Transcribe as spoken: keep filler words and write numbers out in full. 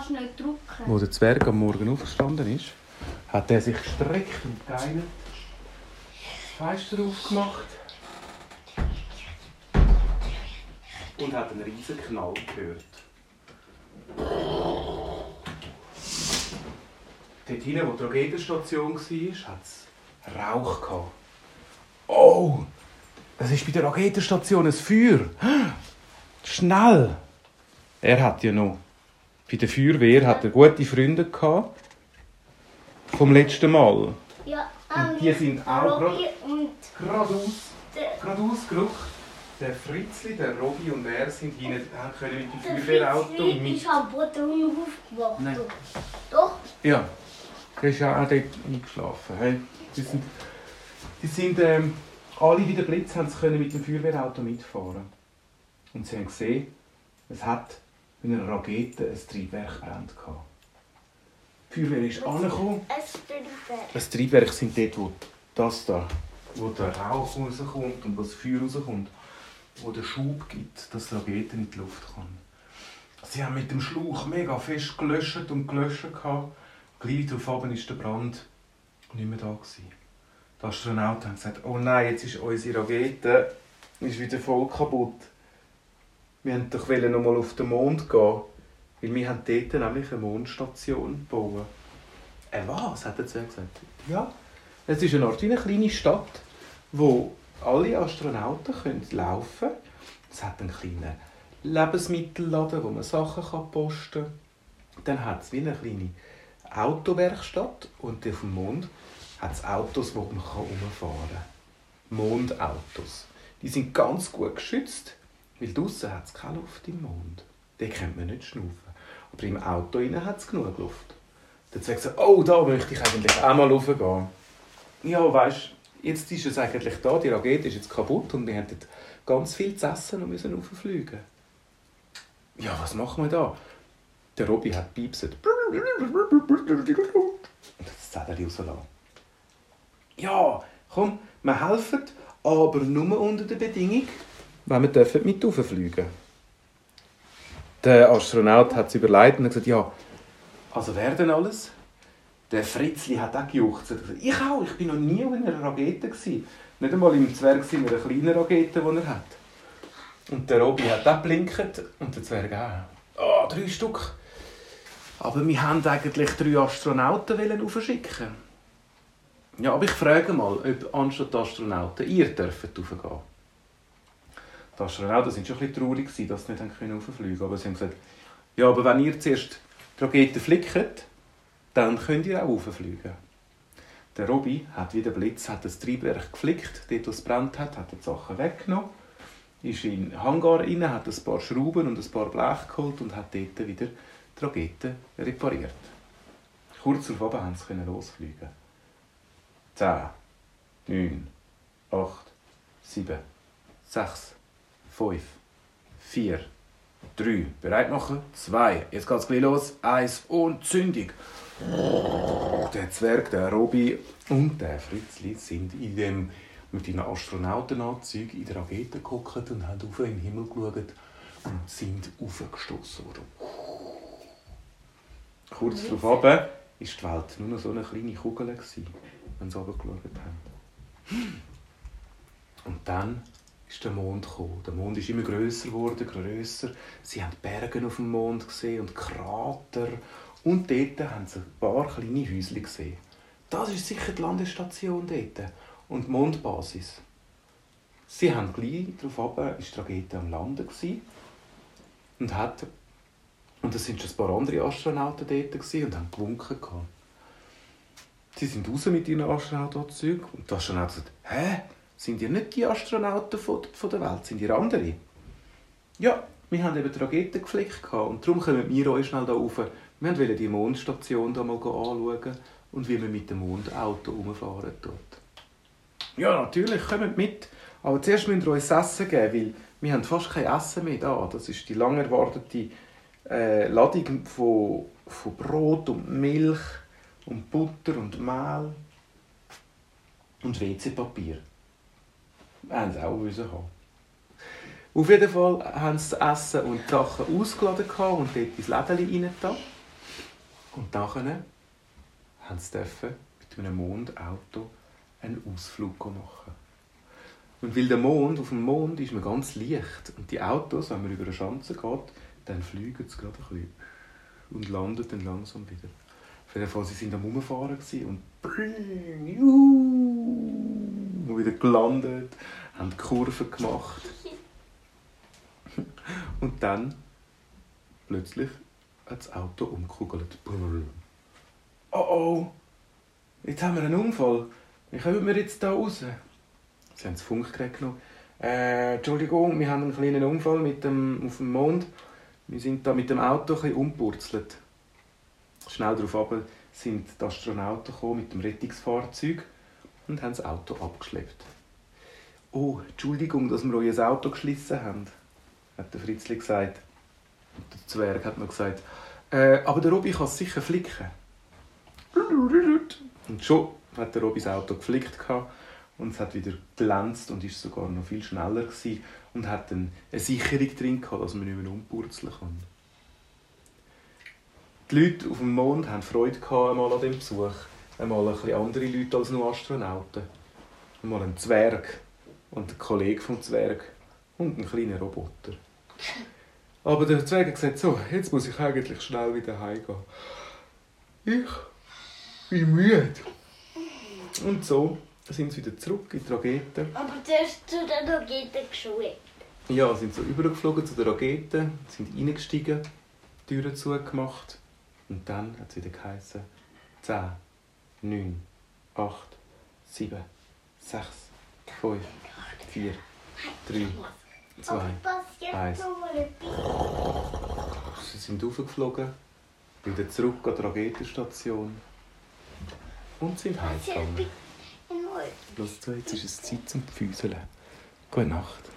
kannst du nicht drücken. Wo der Zwerg am Morgen aufgestanden ist, hat er sich gestreckt und geeinert, das Fenster aufgemacht und hat einen riesen Knall gehört. Dort hinten, wo die Raketenstation war, hat es Rauch gehabt. Oh! Es ist bei der Raketenstation ein Feuer! Schnell! Er hat ja noch. Bei der Feuerwehr hat er gute Freunde gehabt. Vom letzten Mal. Ja, ähm, Und die sind auch Robby und geradeaus, der, geradeaus gerückt. Der Fritzli, der Robby und er sind hinten, können mit dem der Feuerwehrauto Fritzli mit. ist am Boden aufgewacht. Nein. Doch? Ja, der ist ja auch dort eingeschlafen. Hey. Die sind, die sind ähm, alle wie der Blitz haben sie können mit dem Feuerwehrauto mitfahren. Und sie haben gesehen, es hat in einer Rakete ein Triebwerk brennt. Die Feuerwehr ist angekommen. Ein Triebwerk. Das Triebwerk sind dort, wo das da, wo der Rauch rauskommt und wo das Feuer rauskommt, wo der Schub gibt, dass die Rakete in die Luft kann. Sie haben mit dem Schlauch mega fest gelöscht und gelöscht. Gleich darauf war der Brand nicht mehr da gewesen. Die Astronauten haben gesagt, oh nein, jetzt ist unsere Rakete ist wieder voll kaputt. Wir wollten doch noch mal auf den Mond gehen, weil wir haben dort nämlich eine Mondstation bauen. Äh, was? Hat er zu gesagt. Ja, es ist eine Art wie eine kleine Stadt, wo alle Astronauten können laufen können. Es hat einen kleinen Lebensmittelladen, wo man Sachen posten kann. Dann hat es wie eine kleine Autowerkstatt und auf dem Mond hat es Autos, die man herumfahren kann. Mondautos. Die sind ganz gut geschützt, weil draussen hat es keine Luft im Mond. Den könnte man nicht schnaufen. Aber im Auto hat es genug Luft. Dann sagt sie, oh, da möchte ich eigentlich auch mal raufgehen. Ja, weisst, jetzt ist es eigentlich da, die Rakete ist jetzt kaputt und wir haben dort ganz viel zu essen und müssen rauffliegen. Ja, was machen wir da? Der Robby hat piepset. Und das Zettel rauslassen. Ja, komm, wir helfen, aber nur unter der Bedingung, wenn wir mit rauffliegen dürfen. Der Astronaut hat es überlegt und hat gesagt, ja, also wer denn alles? Der Fritzli hat auch gejuchzt. Er hat gesagt, ich auch, ich war noch nie in einer Rakete. Nicht einmal im Zwerg in einer kleinen Rakete, die er hat. Und der Robby hat auch geblinkt und der Zwerg auch. Oh, drei Stück. Aber wir wollten eigentlich drei Astronauten aufschicken. Ja, aber ich frage mal, ob anstatt Astronauten ihr dürft raufgehen. Die Astronauten waren schon ein bisschen traurig, dass sie nicht rauffliegen konnten. Aber sie haben gesagt, ja, aber wenn ihr zuerst die Rakete flickt, dann könnt ihr auch rauffliegen. Der Robby hat wie der Blitz hat das Triebwerk geflickt, dort wo es brennt hat, hat er die Sachen weggenommen, ist in den Hangar rein, hat ein paar Schrauben und ein paar Blech geholt und hat dort wieder die Rakete repariert. Kurz darauf konnten sie losfliegen. zehn, neun, acht, sieben, sechs, fünf, vier, drei, bereit machen, zwei, jetzt geht es gleich los, eins und Zündung. Der Zwerg, der Robby und der Fritzli sind in dem, mit ihren Astronautenanzügen in der Rakete geguckt und haben auf den Himmel geschaut und sind aufgestoßen worden. Kurz darauf war die Welt nur noch so eine kleine Kugel, wenn sie runtergeschaut haben. Und dann ist der Mond gekommen. Der Mond ist immer grösser geworden, grösser. Sie haben Berge auf dem Mond gesehen und Krater. Und dort haben sie ein paar kleine Häuschen gesehen. Das ist sicher die Landestation dort. Und die Mondbasis. Sie haben gleich darauf runter, ist die Rakete am Landen gewesen. Und hat und es waren schon ein paar andere Astronauten dort und haben gewunken. Sie sind raus mit ihren Astronautenanzügen und die Astronauten sagten, hä? Sind ihr nicht die Astronauten von der Welt? Sind ihr andere? Ja, wir haben eben die Rakete geflickt und darum kommen wir euch schnell hier rauf. Wir wollten die Mondstation hier mal anschauen und wie man mit dem Mondauto herumfahren tut. Ja, natürlich, kommt mit. Aber zuerst müsst ihr uns Essen geben, weil wir haben fast kein Essen mehr da. Das ist die lang erwartete äh, Ladung von, von Brot und Milch und Butter und Mehl und W C-Papier. Wir haben es auch haben. Auf jeden Fall haben sie das Essen und die Sachen ausgeladen und dort ins Lädchen reingetan. Und nachher haben sie mit einem Mondauto einen Ausflug machen. Und weil der Mond, auf dem Mond ist man ganz leicht. Und die Autos, wenn man über eine Schanze geht, dann fliegen sie gerade ein bisschen und landen dann langsam wieder. Auf jeden Fall, sie waren am Rumfahren und und wieder gelandet, haben Kurven gemacht. Und dann plötzlich hat das Auto umgekugelt. Oh oh, jetzt haben wir einen Unfall. Wie kommen wir jetzt hier raus? Sie haben das Funkgerät genommen. Äh, Entschuldigung, wir haben einen kleinen Unfall mit dem, auf dem Mond. Wir sind da mit dem Auto ein bisschen umgepurzelt. Schnell darauf aber sind die Astronauten gekommen mit dem Rettungsfahrzeug und haben das Auto abgeschleppt. «Oh, Entschuldigung, dass wir euer Auto geschlissen haben», hat der Fritzli gesagt. Und der Zwerg hat noch gesagt, äh, «Aber der Robby kann es sicher flicken.» Und schon hat der Robby das Auto geflickt und es hat wieder glänzt und ist sogar noch viel schneller gewesen und hat dann eine Sicherung drin gehabt, dass man nicht mehr umpurzeln kann. Die Leute auf dem Mond hatten Freude einmal an diesem Besuch. Einmal ein bisschen andere Leute als nur Astronauten. Einmal ein Zwerg und ein Kollege vom Zwerg und ein kleiner Roboter. Aber der Zwerg hat gesagt, so, jetzt muss ich eigentlich schnell wieder heimgehen. Ich bin müde. Und so sind sie wieder zurück in die Rakete. Aber zuerst zu der Rakete geschaut. Ja, sind so übergeflogen zu der Rakete, sind reingestiegen, die Türen zugemacht. Und dann hat es wieder geheißen, zehn, neun, acht, sieben, sechs, fünf, vier, drei, zwei, eins. Sie sind raufgeflogen, wieder zurück an die Raketenstation und sind heimgegangen. Los, jetzt ist es Zeit zum Füßeln. Gute Nacht.